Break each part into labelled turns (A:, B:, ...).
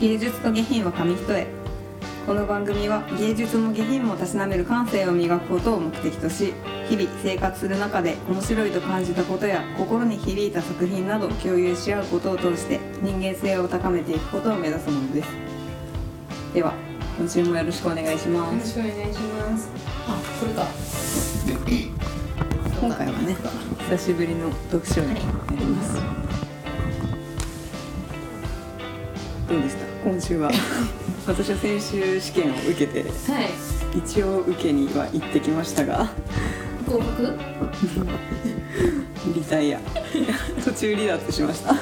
A: 芸術と下品は紙一重。この番組は芸術も下品もたしなめる感性を磨くことを目的とし、日々生活する中で面白いと感じたことや心に響いた作品などを共有し合うことを通して人間性を高めていくことを目指すものです。では今週もよろしくお願いします。
B: よろしくお願いします。あ、これか。
A: 今回はね、久しぶりの読書になります。どうでした？今週は私は先週試験を受けて、一応受けには行ってきましたが
B: 合格？
A: リタイア途中離脱しました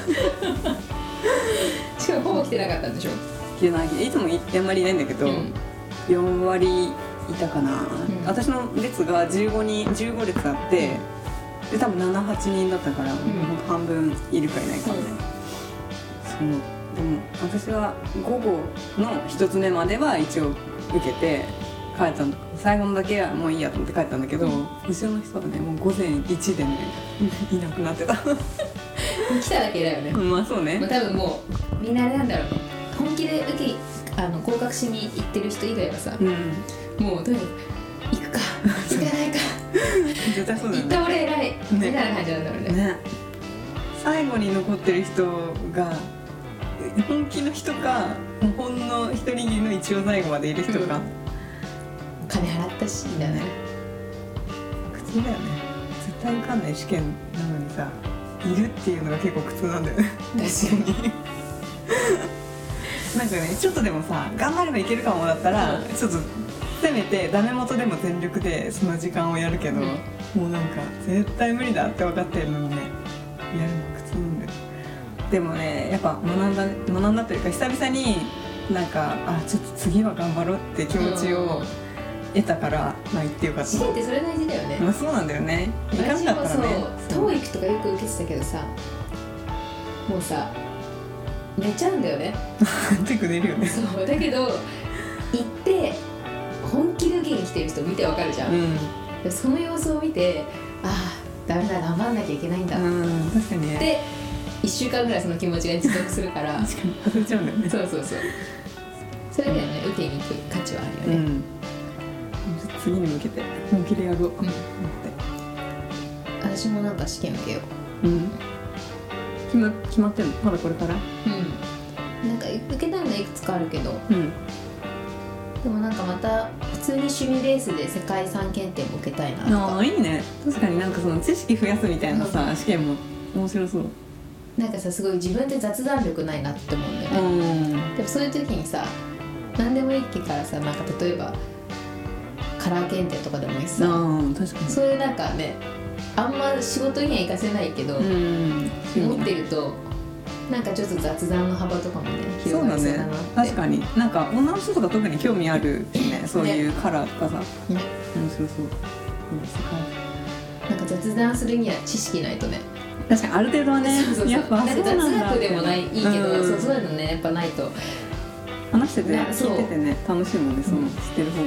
B: しかもほぼ来てなかったんでしょ？
A: 来てない。いつもあんまりいないんだけど、4割いたかな、私の列が15列あって、で多分 7,8 人だったから、半分いるかいないかね、そう。でも私は午後の1つ目までは一応受けて帰ったの。最後のだけはもういいやと思って帰ったんだけど、後ろの人はねもう午前1でねいなくなってた来
B: ただけだよね。
A: まあそうね。
B: 多分もうみんなあれなんだろうね、本気で合格しに行ってる人以外はさ、もうとにかく行くか行かないか
A: 絶対そうだよね。
B: 行った俺偉い、みたいな感じなんだろうね。
A: 最後に残ってる人が本気の人か、ほんの一握りの一応最後までいる人か、
B: 金払ったしみたいな。
A: 苦痛だよね。絶対受かんない試験なのにさ、いるっていうのが結構苦痛なんだよね。
B: 確かに
A: なんかね、ちょっとでもさ頑張ればいけるかもだったら、ちょっとせめてダメ元でも全力でその時間をやるけど、もうなんか絶対無理だって分かってるのにね、やるの苦痛なんだよ。でもね、やっぱ学んだというか、久々になんかちょっと次は頑張ろうって気持ちを得たから、まあ言ってよかった。
B: 試験ってそれ大事だよね。
A: まあそうなんだよね。行かなかったらね。
B: TOEIC とかよく受けてたけどさ、もうさ寝ちゃうんだよね
A: 結構寝るよね。
B: そうだけど行って本気で受けに来てる人見てわかるじゃん、その様子を見て、ダメだ、頑張んなきゃいけないんだ、
A: 確かにね。
B: で1週間ぐらいその気持ちが持続するから
A: 確かに外れちゃうんだよね。
B: そうそれだよね、受けに行く価値はあるよね、
A: 次に向けて本気でやろうと思って、
B: 私もなんか試験受けよ
A: う。決まってんの？まだこれから？
B: なんか受けたいのはいくつかあるけど、でもなんかまた普通に趣味ベースで世界遺産検定も受けたいなとか。
A: いいね。確かになんかその知識増やすみたいなさ、試験も面白そう。
B: なんかさ、すごい自分って雑談力ないなって思うんだよね、でもそういう時にさ、何でもいいからさ、なんか例えばカラー検定とかでもいいしさ、
A: 確かに
B: そういうなんかね、あんま仕事には活かせないけど、持ってるとなんかちょっと雑談の幅とかもね広がりそうだなって。
A: 確かになんか女の人とか特に興味あるね、そういうカラーとかさ、面白そう。
B: なんか雑談するには知識ないとね。
A: 確かにある程度はね、やっぱ
B: なんか雑学でもないいいけど、そういうのねやっぱないと。
A: 話してて聞いててね、楽しいもんね、その知ってる方が。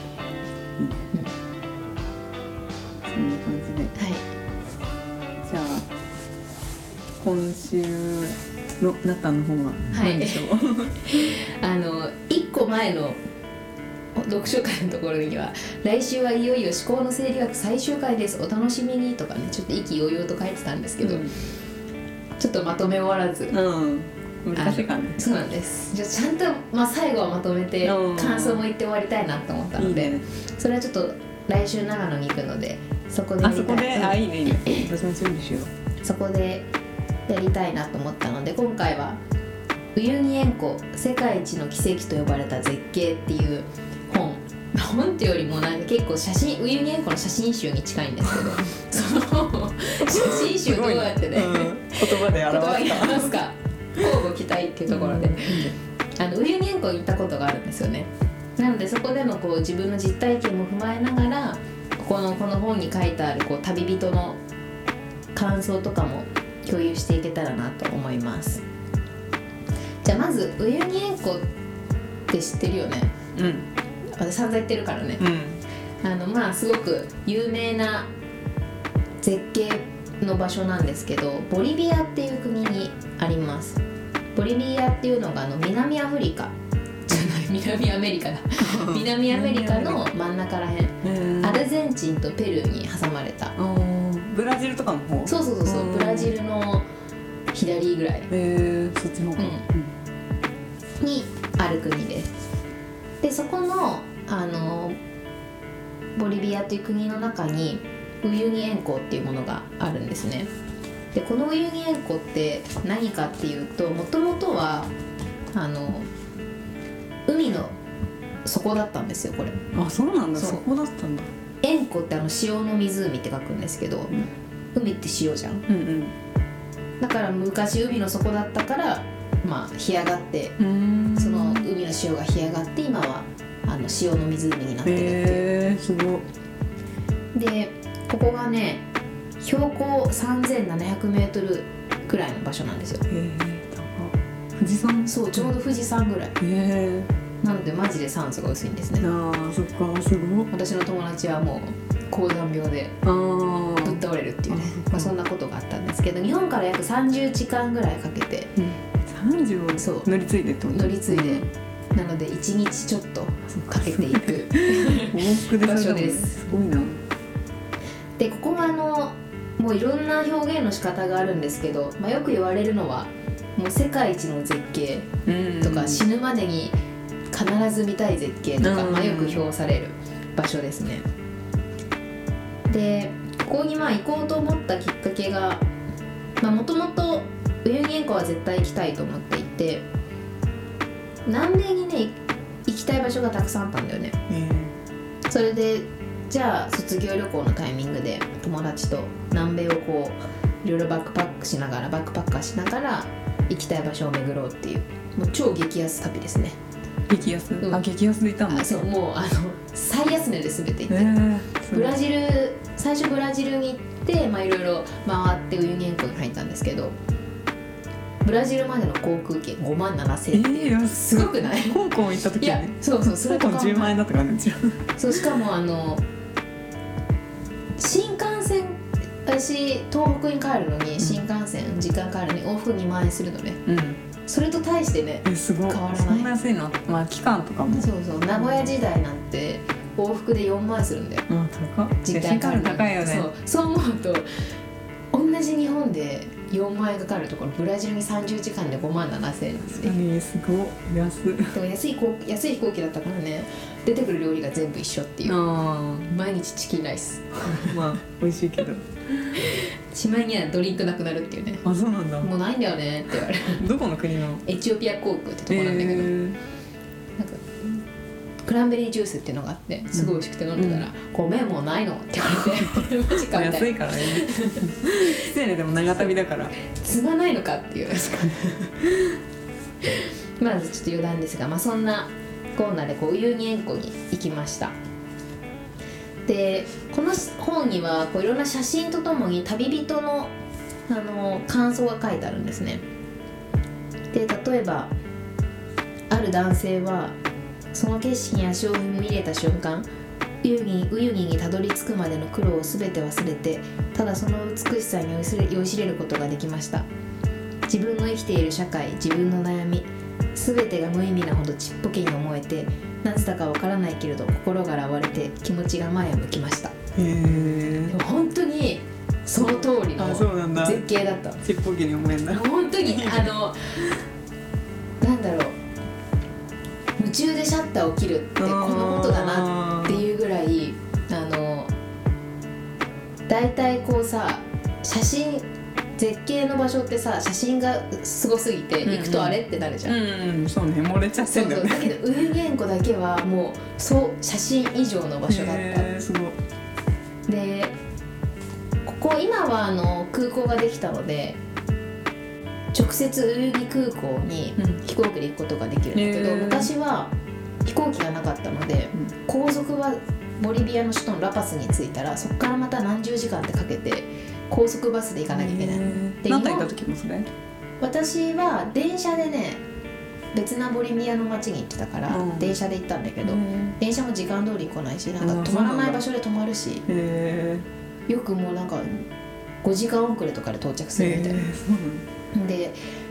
A: そんな感じで。じゃあ今週のナタンの方は何でしょう？
B: 1個前の読書会のところには、来週はいよいよ思考の生理学最終回です、お楽しみにとかね、ちょっと意気揚々と書いてたんですけど、ちょっとまとめ終わらず、
A: 難しいかね。
B: そうなんです。じゃあちゃんと、最後はまとめて感想も言って終わりたいなと思ったので、それはちょっと来週長野に行くので、そこでやりたい。
A: いいねいいね。私も準備しよう。
B: そこでやりたいなと思ったので、今回はウユニ塩湖世界一の奇跡と呼ばれた絶景っていう本っていうよりもなんか結構ウユニ塩湖の写真集に近いんですけどその写真集どうやってね、
A: 言葉で
B: 表すか交互期待っていうところで、ウユニ塩湖に行ったことがあるんですよね。なのでそこでの自分の実体験も踏まえながら、この本に書いてある旅人の感想とかも共有していけたらなと思います。じゃあまずウユニ塩湖って知ってるよね？私散々言ってるからね、すごく有名な絶景の場所なんですけど、ボリビアっていう国にあります。ボリビアっていうのが南アフリカじゃない南アメリカだ南アメリカの真ん中らへん、アルゼンチンとペルーに挟まれた。
A: ブラジルとかの方。
B: そうそうそうそう、ブラジルの左ぐらい、
A: そっちの方か、
B: にある国です。でそこのボリビアという国の中にウユニ塩湖っていうものがあるんですね。でこのウユニ塩湖って何かっていうと、もともとは海の底だったんですよ、これ。
A: あ、そうなんだ。
B: そう
A: そこだったんだ。
B: 塩湖って塩の湖って書くんですけど、海って塩じゃん。だから昔海の底だったから、まあ、干上がってその海の塩が干上がって今は塩の湖になってるっていう。
A: すごい。
B: でここがね標高3700メートルくらいの場所なんですよ。
A: 富士山。
B: そう、ちょうど富士山ぐらい。なのでマジで酸素が薄いんですね。
A: ああ、そっか、すごい。
B: 私の友達はもう高山病でぶっ倒れるっていうね、まあ、そんなことがあったんですけど、日本から約30時間ぐらいかけて、
A: 30を
B: そう
A: 乗り継いでってこと？
B: 乗り継いで、なので1日ちょっとかけていく
A: 往復で
B: 場所です。
A: すごいな。
B: でここはもういろんな表現の仕方があるんですけど、まあ、よく言われるのはもう世界一の絶景とか、死ぬまでに必ず見たい絶景とか、まあ、よく評される場所ですね。でここにまあ行こうと思ったきっかけが、もともとウユニ塩湖は絶対行きたいと思っていて、南米にね行きたい場所がたくさんあったんだよね。それでじゃあ卒業旅行のタイミングで友達と南米をこういろいろバックパッカーしながら行きたい場所を巡ろうっていう、もう超激安旅ですね。
A: 激安？激安で行ったんだ。
B: そう、もう最安値で全て行って、最初ブラジルに行って、まあいろいろ回ってウユニ塩湖に入ったんですけど、ブラジルまでの航空券57,000円って、すごくない？
A: 香港行った時に、
B: いや、そうそれとか
A: 10万円だったからね。
B: そう、しかも新幹線、私東北に帰るのに新幹線時間帰るのに往復2万円するのね。それと対してね、
A: すごい
B: 変わらない。
A: そんな安いの？まあ期間とかも。
B: そうそう、名古屋時代なんて往復で4万円するんだよ。
A: 高っ。
B: 時間帰るの
A: 高いよね。
B: そう思うと、同じ日本で4万円かかるところ、ブラジルに30時間で57,000円って
A: すごい安い。
B: でも安い飛行機だったからね、出てくる料理が全部一緒っていう。毎日チキンライス
A: まあ美味しいけど
B: しまいにはドリンクなくなるっていうね。
A: あ、そうなんだ。
B: もうないんだよねって言われる
A: どこの国の？
B: エチオピア航空ってとこなんだけど、なんかクランベリージュースっていうのがあって、すごい美味しくて飲んでたら、米もうないのって言われてマジかみたいな。
A: 安いからね失礼ね、でも長旅だから
B: 積まないのかっていう。まずちょっと余談ですが、そんなコーナーでウユニ塩湖に行きました。でこの本にはいろんな写真とともに旅人の感想が書いてあるんですね。で例えばある男性は、その景色に足を踏み入れた瞬間、ウユニにたどり着くまでの苦労を全て忘れて、ただその美しさに酔いしれることができました。自分の生きている社会、自分の悩み、全てが無意味なほどちっぽけに思えて、なぜだかわからないけれど心が洗われて気持ちが前を向きました。でも本当にその通りの絶景だった。
A: ちっぽけに思えんだ。
B: 本当になんだろう、夢中でシャッターを切るってこのことだなっていうぐらい、だいたいこうさ、写真絶景の場所ってさ、写真がすごすぎて行くとあれってなるじゃん。
A: そうね、漏れちゃってんだよね。
B: だけどウユニ塩湖だけはもう写真以上の場所だった。
A: すごい。
B: でここ今は空港ができたので、直接ウユニ空港に飛行機で行くことができるんだけど、昔は飛行機がなかったので、高速はボリビアの首都のラパスに着いたら、そこからまた何十時間ってかけて高速バスで行かなきゃいけない。で
A: 何回行った時もそれ？
B: 私は電車でね、別なボリビアの町に行ってたから、電車で行ったんだけど、電車も時間通り来ないし、なんか止まらない場所で止まるし、よくもうなんか5時間遅れとかで到着するみたいな。で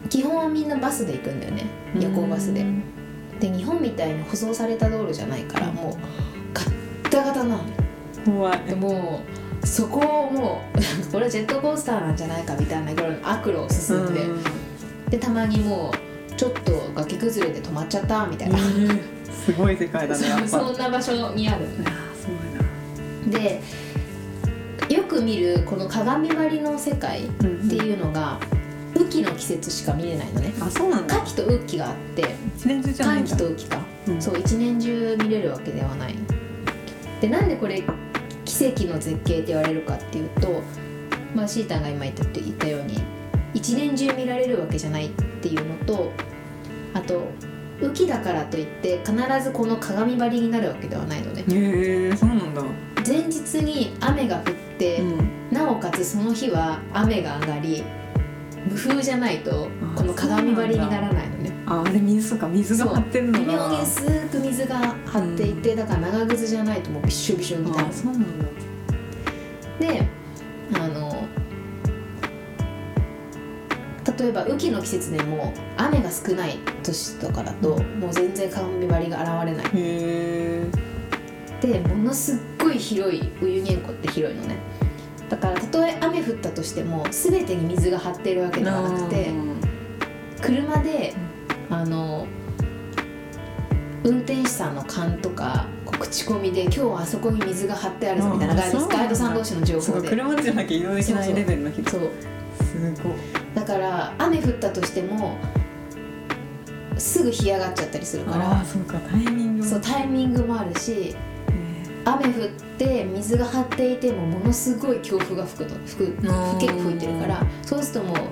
B: 基本はみんなバスで行くんだよね、夜行バスで。で日本みたいに舗装された道路じゃないからもうガッタガタなの。
A: 怖い。
B: でもうそこをもうこれはジェットコースターなんじゃないかみたいなぐらいの悪路を進んで、でたまにもうちょっと崖崩れで止まっちゃったみたいな、
A: すごい世界だねやっぱ。
B: そんな場所にある。
A: すごいな。
B: でよく見るこの鏡張りの世界っていうのが、雨季の季節しか見れないのね。
A: あ、そうなんだ。
B: 夏季と雨季があって
A: 一年中じゃないんだ。
B: 寒季と雨季か、そう一年中見れるわけではない。でなんでこれ奇跡の絶景って言われるかっていうと、まあシータンが今言ったように一年中見られるわけじゃないっていうのと、あと雨季だからといって必ずこの鏡張りになるわけではないのね。
A: へえ、そうなんだ。
B: 前日に雨が降って、なおかつその日は雨が上がり無風じゃないとこの鏡張りにならないのね。
A: あれ水が張ってるのが
B: 微妙に薄く水が張っていて、だから長靴じゃないともうびっしょびしょみたいな。
A: そうなんだ。
B: で例えば雨季の季節でも雨が少ない年とかだともう全然鏡張りが現れない。
A: へ
B: でものすっごい広いウユニ塩湖って広いのね。だからたとえ雨降ったとしても全てに水が張っているわけではなくて、車で運転手さんの勘とか口コミで今日はあそこに水が張ってあるぞみたいなガイドさん同士の情報で、
A: 車じゃなきゃ移動できないレベルの日。
B: そう
A: すごい。
B: だから雨降ったとしてもすぐ干上がっちゃったりするから、
A: そうか、タイミング
B: もあるし、雨降って水が張っていてもものすごい強風が結構吹いてるから、そうするともう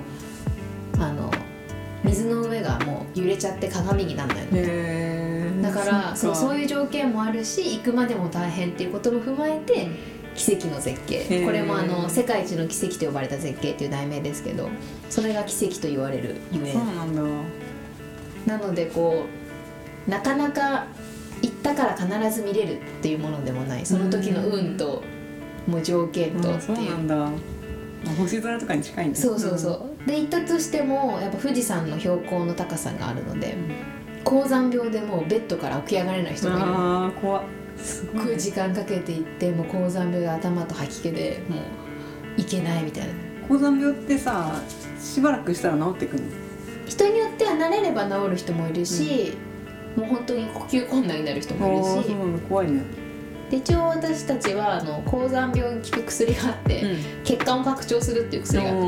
B: 水の上がもう揺れちゃって鏡にならないので、だからそういう条件もあるし、行くまでも大変っていうことも踏まえて奇跡の絶景、これも世界一の奇跡と呼ばれた絶景っていう題名ですけど、それが奇跡と言われるゆえん。
A: そうなんだ。
B: なのでこうなかなか行ったから必ず見れるっていうものでもない、その時の運ともう条件とっていう。
A: そうなんだ。星空とかに近いんだ。
B: そうで行ったとしてもやっぱ富士山の標高の高さがあるので、高山病でもうベッドから起き上がれない人がいる。
A: あー怖っ。
B: すっごい時間かけて行ってもう高山病で頭と吐き気でもう行けないみたいな。
A: 高山病ってさ、しばらくしたら治ってくるの？
B: 人によっては慣れれば治る人もいるし、もう本当に呼吸困難になる人もいるし。
A: そうなんだ、怖いね。
B: で一応私たちは高山病に効く薬があって、血管を拡張するっていう薬があって、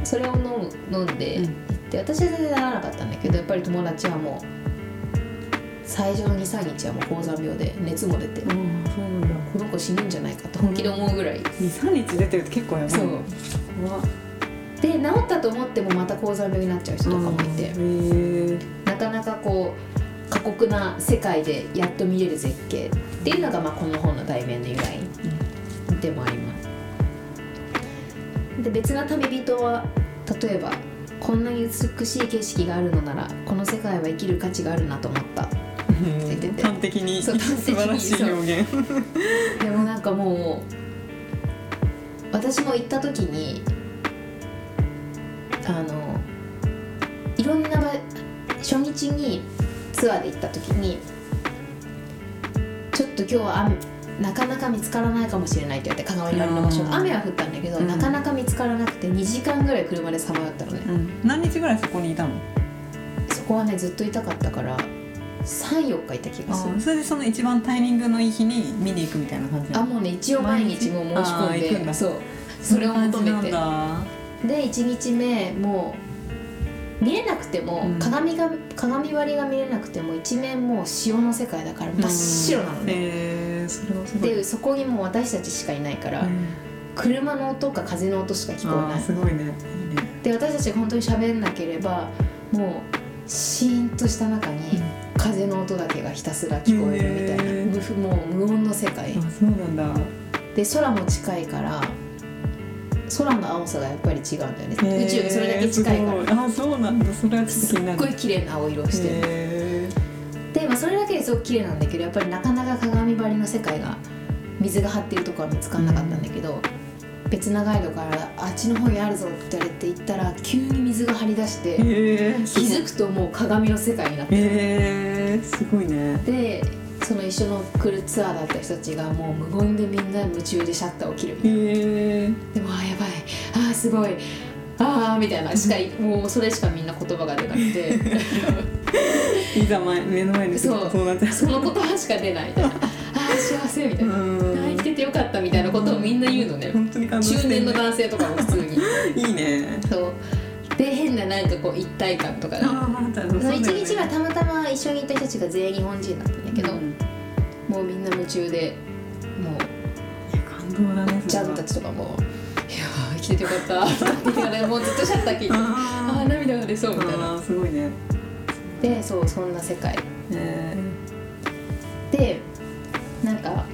B: それを飲んで、で私は全然ならなかったんだけど、やっぱり友達はもう最初の 2,3 日はもう高山病で熱も出て、
A: そうなんだ。
B: この子死ぬんじゃないかと本気で思うぐらい、
A: 2,3 日出てると結構やばい。
B: そう
A: 怖っ。
B: で治ったと思ってもまた高山病になっちゃう人とかもいて、なかなかこう過酷な世界でやっと見れる絶景っていうのが、この本の題名の由来でもあります。で別な旅人は例えばこんなに美しい景色があるのならこの世界は生きる価値があるなと思ったって言ってて、
A: 端的に素晴らしい表現。
B: でもなんかもう私も行った時にいろんな初日にツアーで行った時にちょっと今日はなかなか見つからないかもしれないって言って鏡張りの場所、雨は降ったんだけど、なかなか見つからなくて2時間ぐらい車でさまよったのね、
A: 何日ぐらいそこにいたの？
B: そこはねずっといたかったから3、4日いた気がする。
A: それでその一番タイミングのいい日に見に行くみたいな感じ？
B: もうね一応毎日もう申し込んで、
A: 行くんだ。
B: それを求めて、で1日目もう見れなくても、鏡張りが見れなくても一面もう潮の世界だから真っ白なのね、
A: それはすごい。
B: でそこにもう私たちしかいないから、車の音か風の音しか聞こえない。
A: すごいね。
B: で私たちが本当に喋んなければもうシーンとした中に風の音だけがひたすら聞こえるみたいな、もう無音の世界。
A: そうなんだ。
B: で空も近いから空の青さがやっぱり違うんだよね、宇宙がそれだけ近いから。
A: そうなんだ。それはちょっと気になる。
B: すっごい綺麗な青色をしてる。で、それだけですごく綺麗なんだけど、やっぱりなかなか鏡張りの世界が水が張っているところは見つからなかったんだけど、別なガイドからあっちの方にあるぞって言われて行ったら急に水が張り出して、気づくともう鏡の世界になってる。
A: すごいね。
B: でその一緒の来るツアーだった人たちがもう無言でみんな夢中でシャッターを切るみたいな。でもやばい、すごい、みたいなしかもうそれしかみんな言葉が出なくて
A: いざ目の前に
B: そうなっちゃう、その言葉しか出ないみたいな幸せみたいな、生きててよかったみたいなことをみんな言うのね。
A: 本当に感動して
B: 中年の男性とかも普通に
A: いいね。
B: そうで変ななんかこう一体感とかで、一日はたまたま一緒にいた人たちが全員日本人だったんだけど、もうみんな夢中でもう
A: 感動だね。
B: ちゃんたちとかもいや生きててよかったって言ってもうずっとシャッター切って涙が出そうみたいな。
A: すごいね。
B: でそんな世界、でなんか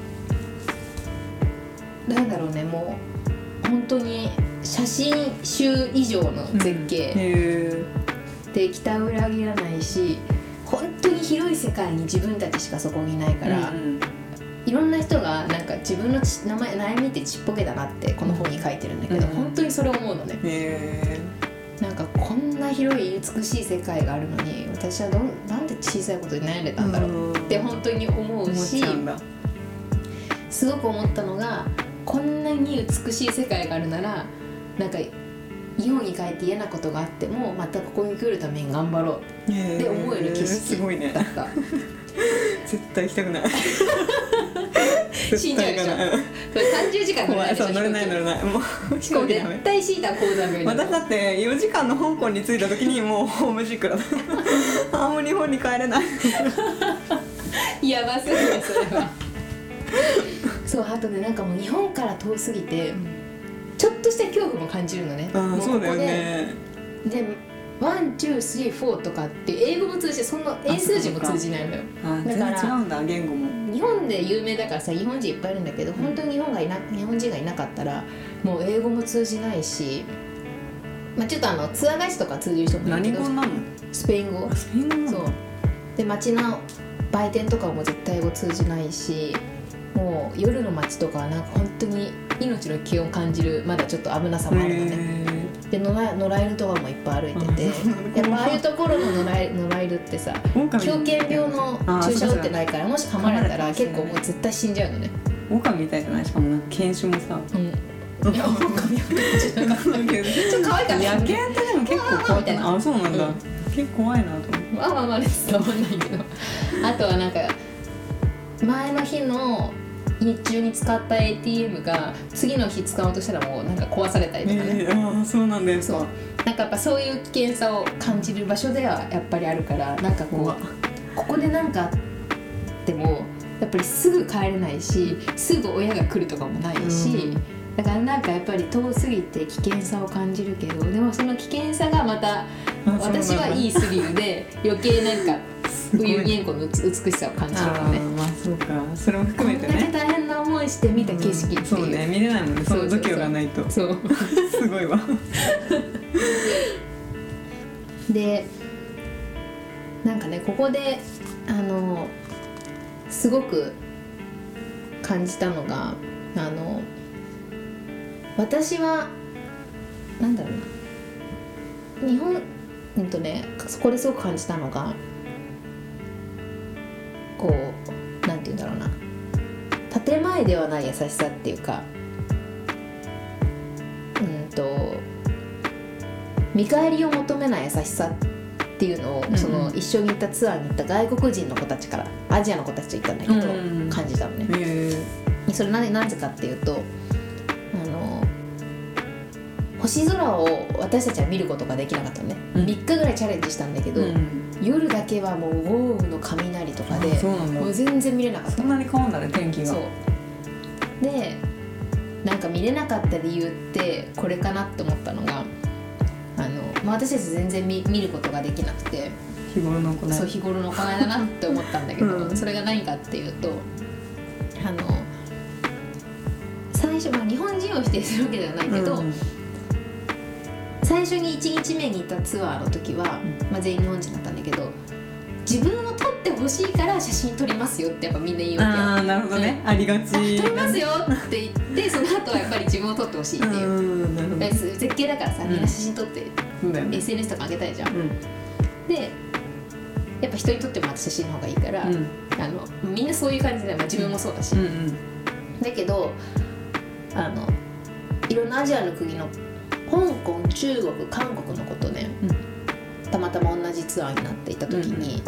B: なんだろうね、もう本当に写真集以上の絶景、で期待を裏切らないし、本当に広い世界に自分たちしかそこにいないから、いろんな人がなんか自分の悩みってちっぽけだなってこの本に書いてるんだけど、本当にそれを思うのね。なんかこんな広い美しい世界があるのに私はなんで小さいことに悩んでたんだろうって本当に思うし、すごく思ったのが、こんなに美しい世界があるならなんか日本に帰って嫌なことがあってもまたここに来るために頑張ろうって思える景色だった。
A: 絶対行きたくない
B: 死んじゃうでしょ。これ30時間乗れないでしょ。
A: 乗れないもう飛行機
B: 絶対シーター講座無理だ。
A: 私だって4時間の香港に着いた時にもうホームシックだったもう日本に帰れない
B: やばすぎるそれはそう、あとね、なんかもう日本から遠すぎてちょっとした恐怖も感じるのね。もう
A: そうだよね。
B: で1、2、3、4とかって英語も通じて、その英数字も通じないんだよ。
A: だから違うんだ、言語も。
B: 日本で有名だからさ、日本人いっぱいいるんだけど、本当に日本人がいなかったらもう英語も通じないし、ちょっとツアー会社とか通じる人もいるけど、
A: 何語なの？
B: スペイン語。
A: スペイン語。
B: そうで、街の売店とかも絶対英語通じないし、もう夜の街とかはなんか本当に命の危険を感じる、まだちょっと危なさもあるのね。で野良犬とかもいっぱい歩いてて、やっぱああいうところの野良犬ってさ、狂犬病の注射打ってないから、もし噛まれたら結構もう絶対死んじゃうのね。
A: 狼みたいじゃない？しかもなんか犬種もさ、
B: いや狼みたいじゃなかったけど、ちょっと可愛かった。
A: 野犬ってでも結構怖いみたいな。そうなんだ。結構怖いなと思って。
B: まあですかわかんないけど、あとはなんか前の日の日中に使った ATM が次の日使おうとしたらもうなんか壊されたりとかね。
A: そうなんだよ。
B: そうなんかやっぱそういう危険さを感じる場所ではやっぱりあるから、なんかここでなんかあってもやっぱりすぐ帰れないし、すぐ親が来るとかもないし、だからなんかやっぱり遠すぎて危険さを感じるけど、でもその危険さがまた私はいいスリルで余計なんかウユニ塩湖の美しさを感じるのね。
A: そうか、それも含めてね。
B: こんだけ大変な思いして見た景色っていう。
A: そうね、見れないもんね。その度胸がないと。
B: そう
A: すごいわ。
B: で、なんかね、ここですごく感じたのが、私はなんだろうな、日本そこですごく感じたのが、こうなんて言うんだろうな、建前ではない優しさっていうか、見返りを求めない優しさっていうのを、その一緒に行ったツアーに行った外国人の子たちから、アジアの子たちと行ったんだけど、感じたのね。それなぜかっていうと、星空を私たちは見ることができなかったのね。3日ぐらいチャレンジしたんだけど、夜だけはもう豪雨の雷とかでもう全然見れなかった。
A: そんなに変わんだね、天気が。
B: そうで、なんか見れなかった理由ってこれかなって思ったのが、私たち全然 見ることができなくて、
A: 日頃の行い。
B: そう、日頃の行いだなって思ったんだけど、それが何かっていうと、最初、日本人を否定するわけではないけど、最初に1日目に行ったツアーの時は、全員日本人だったんだけど、 自分を撮ってほしいから写真撮りますよってやっぱみんな言うわけよ。
A: ああなるほどね、ありがち。
B: 撮りますよって言ってその後はやっぱり自分を撮ってほしいっていう。
A: なるほど。
B: 絶景だからさ、みんな写真撮って、SNS とか上げたいじゃん。でやっぱ人に撮ってもらった写真の方がいいから、みんなそういう感じで、自分もそうだし、だけどいろんなアジアの国の香港、中国、韓国のことね、たまたま同じツアーになっていた時に、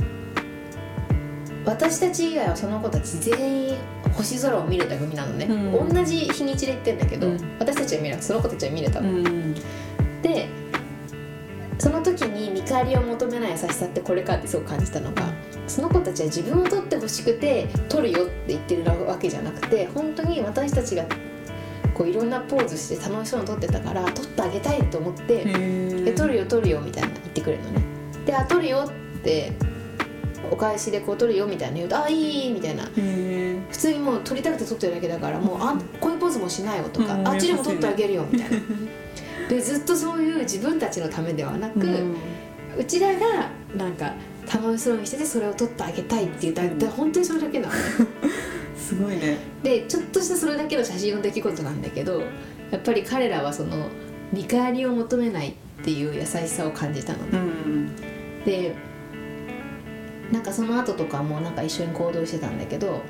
B: 私たち以外はその子たち全員星空を見れた組なのね、同じ日にちで行ってんだけど、私たちは見れなくてその子たちは見れたの、でその時に見返りを求めない優しさってこれかってすごく感じたのが、その子たちは自分を撮ってほしくて撮るよって言ってるわけじゃなくて、本当に私たちがこういろんなポーズして楽しそうに撮ってたから撮ってあげたいと思って撮るよ撮るよみたいな言ってくれるのね。で撮るよってお返しでこう撮るよみたいな言うといいみたいな、普通にもう撮りたくて撮ってるだけだからもうこういうポーズもしないよとか、あっちでも撮ってあげるよみたいなでずっとそういう自分たちのためではなく、うちらがなんか楽しそうにしててそれを撮ってあげたいっていうだけ、本当にそれだけなのね
A: すごいね。で
B: ちょっとしたそれだけの写真の出来事なんだけど、やっぱり彼らはその見返りを求めないっていう優しさを感じたのね、でなんかその後とかもなんか一緒に行動してたんだけど、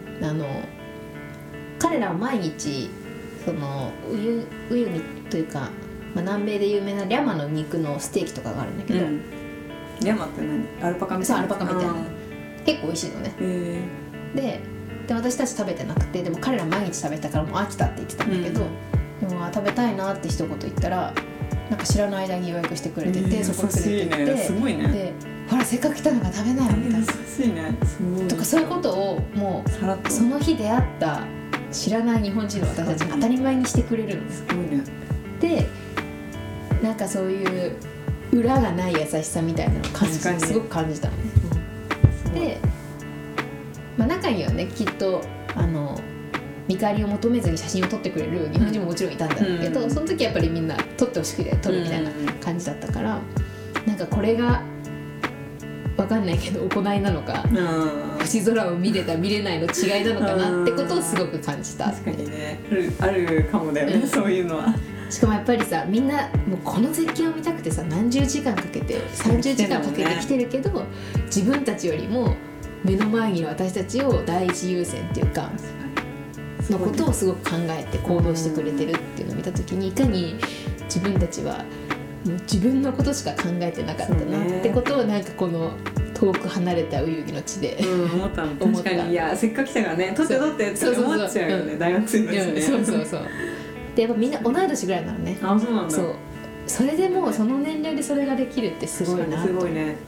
B: 彼らは毎日そのウユニというか、南米で有名なリャマの肉のステーキとかがあるんだけど、
A: リャマって何？アルパカみたいな。
B: そう、アルパカみたいな。結構美味しいのね。で私たち食べてなくて、でも彼ら毎日食べたからもう飽きたって言ってたんだけど、でも食べたいなって一言言ったらなんか知らない間に予約してくれてて、そこ連れてって、
A: すごいね。
B: でほらせっかく来たのが食べないよみたいな、
A: 優しいね。すごい
B: とかそういうことをもうその日出会った知らない日本人の私たちが当たり前にしてくれるの。
A: すごいね。
B: でなんかそういう裏がない優しさみたいなのをすごく感じたのね。で、中にはねきっと見返りを求めずに写真を撮ってくれる日本人ももちろんいたんだけど、その時やっぱりみんな撮ってほしくて撮るみたいな感じだったから、なんかこれが分かんないけど行いなのか、星空を見れた見れないの違いなのかなってことをすごく感じた。
A: 確かにね、あるかもだよね、そういうのは。
B: しかもやっぱりさ、みんなもうこの絶景を見たくてさ、何十時間かけて30時間かけて来てるけど、自分たちよりも目の前にいる私たちを第一優先っていうかのことをすごく考えて行動してくれてるっていうのを見た時に、いかに自分たちはもう自分のことしか考えてなかったなってことを、なんかこの遠く離れたウユニの地で、
A: 思ったの。確かに、いやせっかく来たからね、撮ってって思っちゃうよね、大学生だしね。
B: そうで、やっぱみんな同い年ぐらいなのね。
A: あ、そうなんだ。
B: それでもうその年齢でそれができるってすごいなと。
A: すごいね。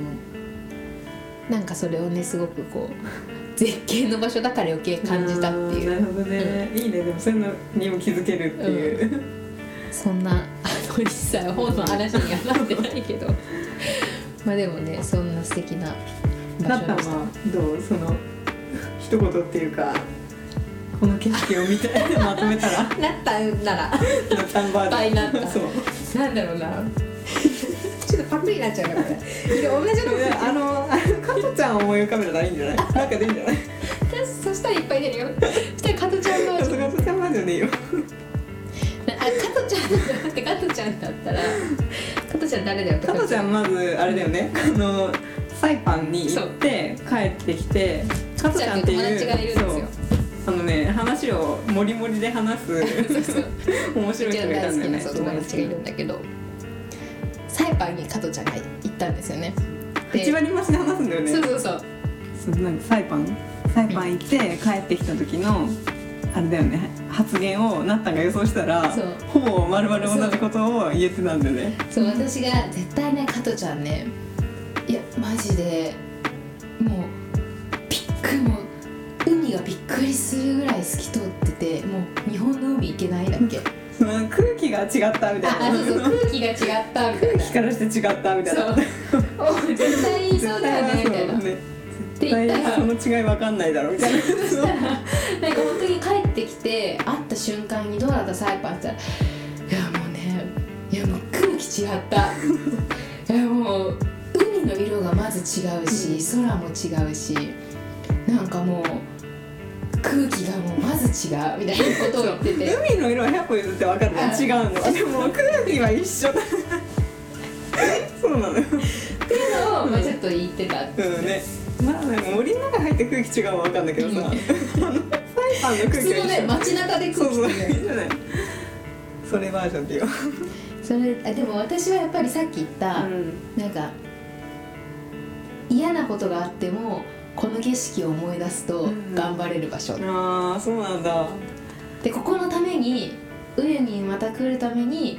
B: なんかそれをね、すごくこう絶景の場所だから余計感じたっていう。
A: なるほどね、いいね。でもそういうのにも気づけるっていう、
B: そんな一切本の話にはなってないけどでもね、そんな素敵な場所でした。
A: どう、その一言っていうか、この景色を見てまとめたら
B: なったんならなったになった。そうなんだろうなちょっとパクリになっちゃうからこれ同じの
A: 加トちゃんを思い浮かべたらいいんじゃない？なんかでいいんじゃない？
B: そしたらいっぱい出るよ。そしたら加トちゃんバージョン。
A: 加トちゃんバージョンでいいよ。
B: 加トちゃんだって、加トちゃんだったら加トちゃん誰だよ。
A: 加トちゃんまずあれだよね、サイパンに行って帰ってきて、加トちゃんっていう
B: 友達がいるんですよ。
A: 話をモリモリで話す面白い人がいたんだよね。
B: 友達がいるんだけど、サイパンに加トちゃんが行ったんですよね。
A: 8割増しで話すんだよね。
B: そう
A: サイパン行って帰ってきた時のあれだよね、発言をなったんが予想したら、ほぼ丸々同じことを言えてたんだよね。
B: そう、私が絶対ね、加トちゃんね、いやマジでもうもう海がびっくりするぐらい透き通ってて、もう日本の海行けないだっけ
A: 空気が違ったみたいな。
B: そう空気が違ったみたいな。
A: 空気からして違ったみたいな。
B: 絶対言いそうだよねみたいな。
A: 絶対その違い分かんないだろみたいな。そしたら
B: なんか本当に帰ってきて会った瞬間にどうだったサイパンって言ったら、いやもう空気違った。いやもう海海の色がまず違うし、空も違うし、なんかもう空気がもうまず違うみたいなことを言ってて
A: 海の色は100歩譲って分かるね、違うのでも空気は一緒だそうなのよって
B: いうのを、まあ、ちょっと言ってたって
A: うんね、まあなんか森の中入って空気違うは分かんないけどさ、サイパンの空気は一緒。
B: 普通のね街中で空気
A: そう
B: 違う
A: それバージョンっていう
B: それでも私はやっぱりさっき言った、なんか嫌なことがあってもこの景色を思い出すと頑張れる場所、
A: ああそうなんだ。
B: でここのためにウユにまた来るために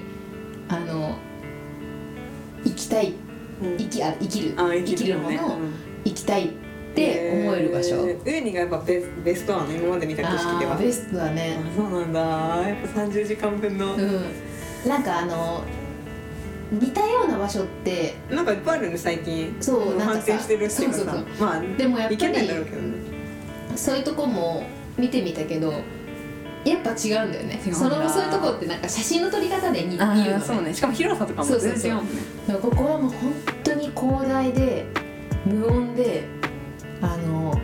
B: 生きたい、生きるものを生きたいって思える場所。
A: ウユニがやっぱベストなの、今まで見た景色では。
B: ベストだね。
A: そうなんだ、やっぱ30時間分の、
B: なんか似たような場所って
A: なんかいっぱいあるね最近。
B: そうなんか
A: 反転してるっていうかさ、まあ
B: でもやっぱり
A: 行けないんだろうけどね。
B: そういうとこも見てみたけどやっぱ違うんだよね。そういうとこってなんか写真の撮り方で似るのね。
A: そうね、しかも広さとかも全然違うもんね。
B: ここはもう本当に広大で無音でも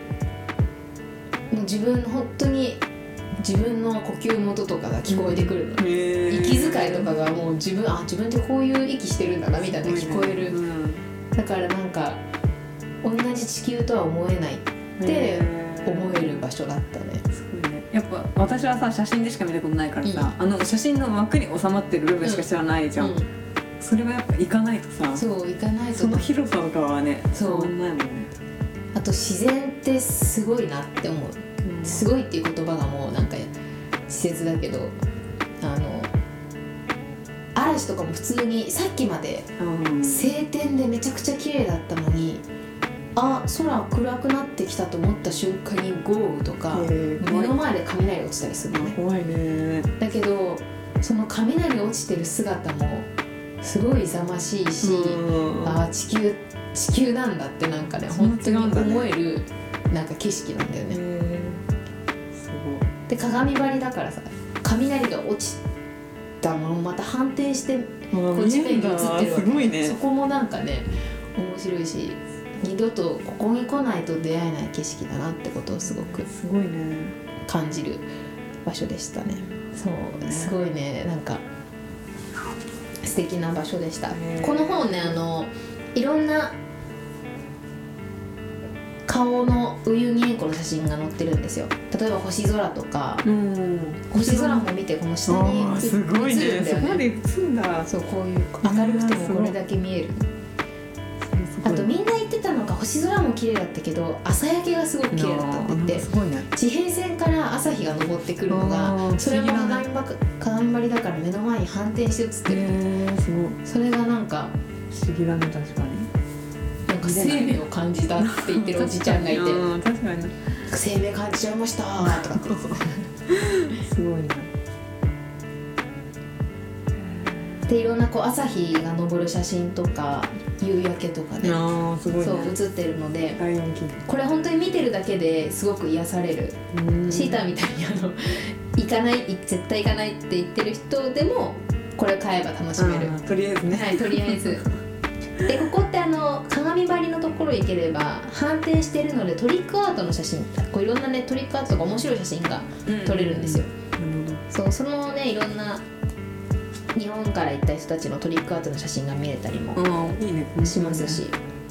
B: う自分本当に自分の呼吸元とかが聞こえてくるの、息遣いとかがもう自分ってこういう息してるんだなみたいな聞こえる、だからなんか同じ地球とは思えないって思える場所だったね。
A: すごいね。やっぱ私はさ写真でしか見たことないからさ、写真の枠に収まってる部分しか知らないじゃん、それはやっぱ行かないとさ、
B: そう行かないと
A: その広さとかはね伝わんないもんね。
B: あと自然ってすごいなって思う、すごいっていう言葉がもうなんか稚拙だけど嵐とかも普通にさっきまで晴天でめちゃくちゃ綺麗だったのに空暗くなってきたと思った瞬間に豪雨とか目の前で雷落ちたりするのね。
A: 怖いね。
B: だけどその雷落ちてる姿もすごい勇ましいし、地球なんだってなんかね本当に思えるなんか景色なんだよね。
A: すごい。
B: で鏡張りだからさ雷が落ちたものまた反転してこう地面に映ってるわけ。
A: すごいね。
B: そこもなんかね面白いし二度とここに来ないと出会えない景色だなってことをすごく
A: すごいね
B: 感じる場所でしたね。そうすごいねなんか素敵な場所でした。この本ねいろんな顔のウユニ塩湖の写真が載ってるんですよ。例えば星空とか、星空も見てこの下に映るんだよね。
A: すごいね。そこまで映るんだ。
B: そうこういう明るくてもこれだけ見える。あとみんな言ってたのが星空も綺麗だったけど朝焼けがすごく綺麗だったって言って、地平線から朝日が昇ってくるのがそれも鏡張りだから目の前に反転して映ってる。それがなんか
A: 不思議だね。確かに
B: なんか生命を感じたって言ってるおじちゃんがいて
A: 確かに
B: 生命感じちゃいましたとかって
A: すごいね。
B: でいろんなこう朝日が昇る写真とか夕焼けとかね、
A: すごいね、
B: そう写ってるのでこれ本当に見てるだけですごく癒される。シーターみたいに行かない絶対行かないって言ってる人でもこれ買えば楽しめる。
A: とりあえずね。
B: はい、とりあえずでここって鏡張りのところ行ければ反転してるのでトリックアートの写真こういろんなねトリックアートとか面白い写真が撮れるんですよ。そのねいろんな日本から行った人たちのトリックアートの写真が見れたりもしますし、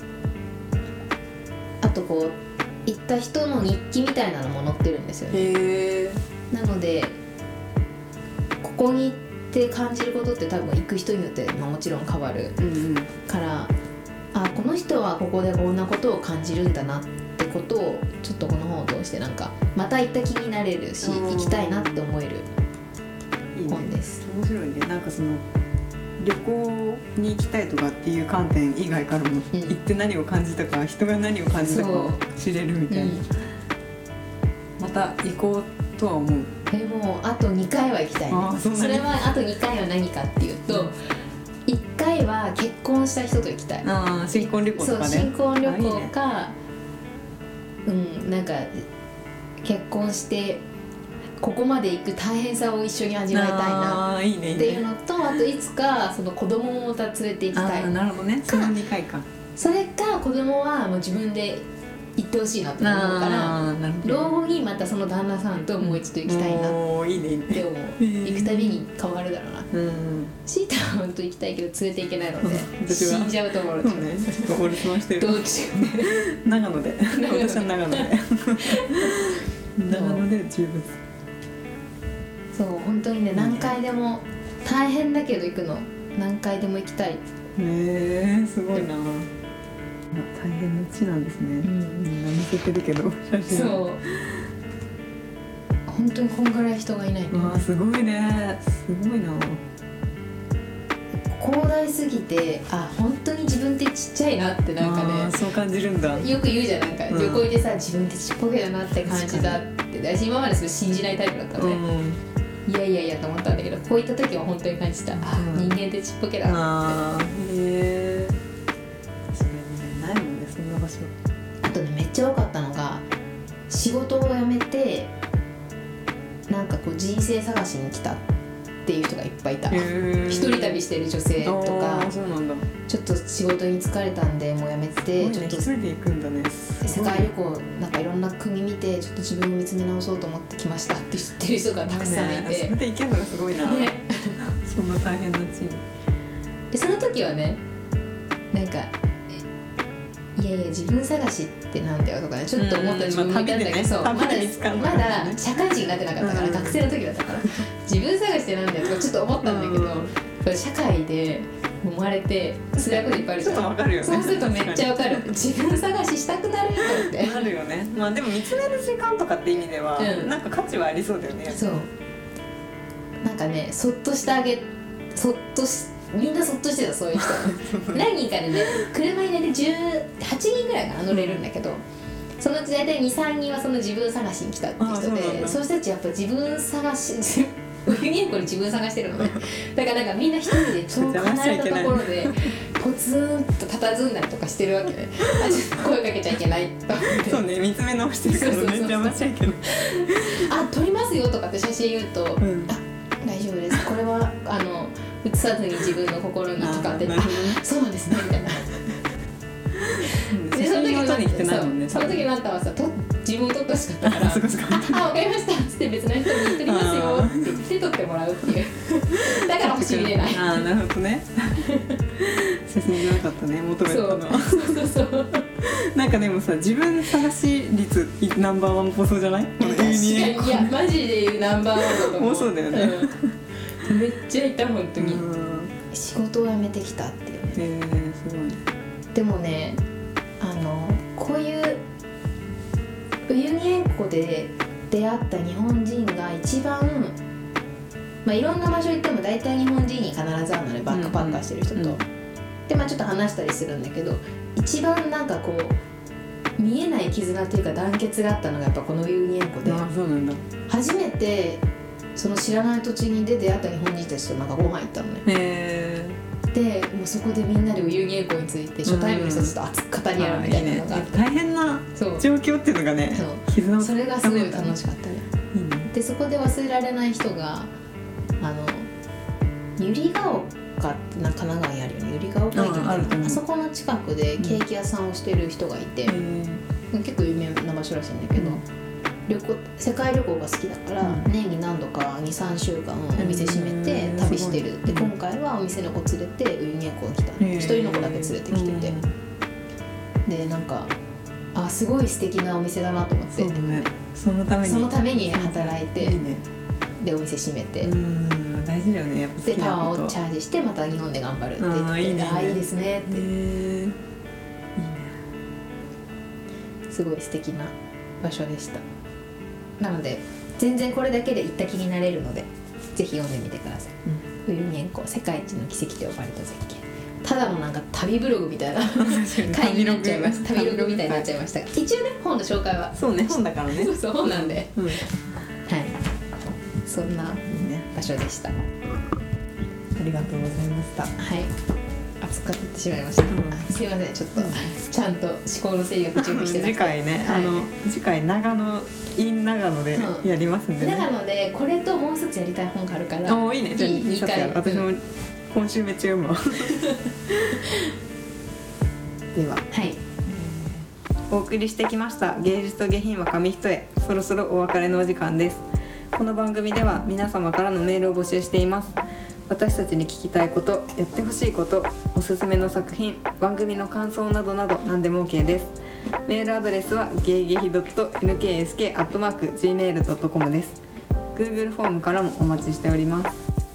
B: あとこう行った人の日記みたいなのも載ってるんですよね。なのでここに行って感じることって多分行く人によって、もちろん変わるから、この人はここでこんなことを感じるんだなってことをちょっとこの本を通してなんかまた行った気になれるし行きたいなって思える本です。
A: 面白いね。なんかその旅行に行きたいとかっていう観点以外からも、行って何を感じたか人が何を感じたかを知れるみたいな、また行こうとは思う。
B: もうあと2回は行きたいね。それはあと2回は何かっていうと、1回は結婚した人と行きたい。
A: 新婚旅行とかね。
B: そう新婚旅行か、なんか結婚してここまで行く大変さを一緒に味わいたいなっていうのと、あといつかその子供もまた連れて行きたい。
A: なるほどね。その2回か。
B: それか子供はもう自分で行ってほしいなって思うから老後にまたその旦那さんともう一度行きたいなって思う。行くたびに変わるだろうな。シータは本当行きたいけど連れて行けないので死んじゃうと思う。
A: そうね。お留守番してる。長野で。私は長野で。長野で十分。
B: そう本当にね、何回でも大変だけど行くの。何回でも行きたい。
A: すごいな。大変な地なんですね。みんな見せてるけど写真。そう
B: 本当にこんぐらい人がいない。
A: すごいね。すごいな。
B: 広大すぎて、本当に自分ってちっちゃいなってなんかね、
A: そう感じるんだ。
B: よく言うじゃん、なんか旅行行ってさ、自分ってちっぽけだなって感じだって。私今までそれ信じないタイプだったのね。いやいやいやと思ったんだけど、こういった時は本当に感じた。人間ってちっぽけだなって。
A: 確かにね、ないもんね、そんな場所。
B: あとね、めっちゃ多かったのが、仕事を辞めてなんかこう人生探しに来たっていう人がいっぱいいた。一人旅してる女性とか、ちょっと仕事に疲れたんでもう辞めて、ちょっと
A: 一人で行くんだね。
B: 世界旅行なんかいろんな国見て、ちょっと自分を見つめ直そうと思ってきましたって知ってる人がたくさんいて、
A: それで行けるのがすごいな。そんな大変なチーム
B: で、その時はね、なんかいやいや自分探しってなんだよとかね、ちょっと思った自分もいたんだけど、まだ社会人になってなかったから、学生の時だったから自分探しってなんだよとかちょっと思ったんだけど、社会で生まれて辛いこといっぱいあるじゃん。
A: ちょっとわかるよね。
B: そうするとめっちゃわかる。自分探ししたくなるって
A: なるよね。でも見つめる時間とかって意味では、なんか価値はありそうだよね。
B: そうなんかね、そっとしてあげ、みんなそっとしてた、そういう人何人かでね、車にね18人ぐらいかな乗れるんだけど、そのうち大体 2,3 人はその自分探しに来たって人で、そういう人たちやっぱ自分探し湯気に自分探してるのね。だからなんかみんな一人で遠く離れたところでポツンと佇んだりとかしてるわけね。ちょっと声かけちゃいけないと思って。
A: そうね、見つめ直してるからめっちゃ邪魔しちゃいけない。
B: 撮りますよとかって写真言うと、大丈夫です、これは映さずに自分の心にとかって、そうなんですねみたいな。
A: でその時に来てないもんね。
B: その時のあんたはさ、自分を撮ってほしかったから「わかりました」っつって別の人に撮りますよって言って撮ってもらうっていう。だから星見れない。
A: なるほどね。写真じゃなかったね、求めたのは。そうなんかでもさ、自分探し率ナンバーワンっぽそうじゃない？確かに。
B: いやマジで言うナンバーワンだと思う。
A: そうだよね。
B: めっちゃいた、本当に。仕事を辞めてきたっていうね。
A: すごい。
B: でもね、こういうウユニ塩湖で出会った日本人が一番、いろんな場所行っても大体日本人に必ず会うので、バックパッカーしてる人と、でちょっと話したりするんだけど、一番なんかこう見えない絆っていうか団結があったのがやっぱこのウユニ塩湖で、
A: そうなんだ。
B: 初めてその知らない土地に出会った日本人たちとなんかご飯行ったのね。でもうそこでみんなでウユニ塩湖について初対面の人たちと熱く語り合うみたいなのが、
A: 大変な状況っていうのがね、
B: それがすごい楽しかったね。でそこで忘れられない人が百合ヶ丘って神奈川にあるよね。百合ヶ丘駅みたいな、あそこの近くでケーキ屋さんをしてる人がいて、結構有名な場所らしいんだけど、世界旅行が好きだから、年に何度か 2,3 週間お店閉めて旅してる。で今回はお店の子連れてウユニ塩湖に来た。一人の子だけ連れてきてて、でなんかすごい素敵なお店だなと思って。そのために働いて、でお店閉めて、
A: 大事だよね、やっぱ。
B: でパワーをチャージしてまた日本で頑張るって言って、いいですねって。いいね。すごい素敵な場所でした。なので全然これだけで行った気になれるので、ぜひ読んでみてください。ウユニ塩湖世界一の奇跡と呼ばれた絶景。ただのなんか旅ブログみたいな回になっちゃいました。旅ログみたいになっちゃいましたが、一応ね本の紹介は
A: そうね、本だからね。
B: そう本なんで、はい、そんな場所でした。あ
A: りがとうございました。
B: はい、暑くかって言ってしまいました、すいません、ちょっとちゃんと思考の整理が準備して
A: 次回ね、次回長野 in 長野でやりますんでね。
B: 長野でこれともう一つやりたい本があるから。
A: いいね、じゃあ2冊やる。私も今週めっちゃ読むわでは、お送りしてきました芸術と下品は紙一重、そろそろお別れのお時間です。この番組では皆様からのメールを募集しています。私たちに聞きたいこと、やってほしいこと、おすすめの作品、番組の感想などなど何でも OK です。メールアドレスはゲイゲヒ .nksk@gmail.com です。 Google フォームからもお待ちしております。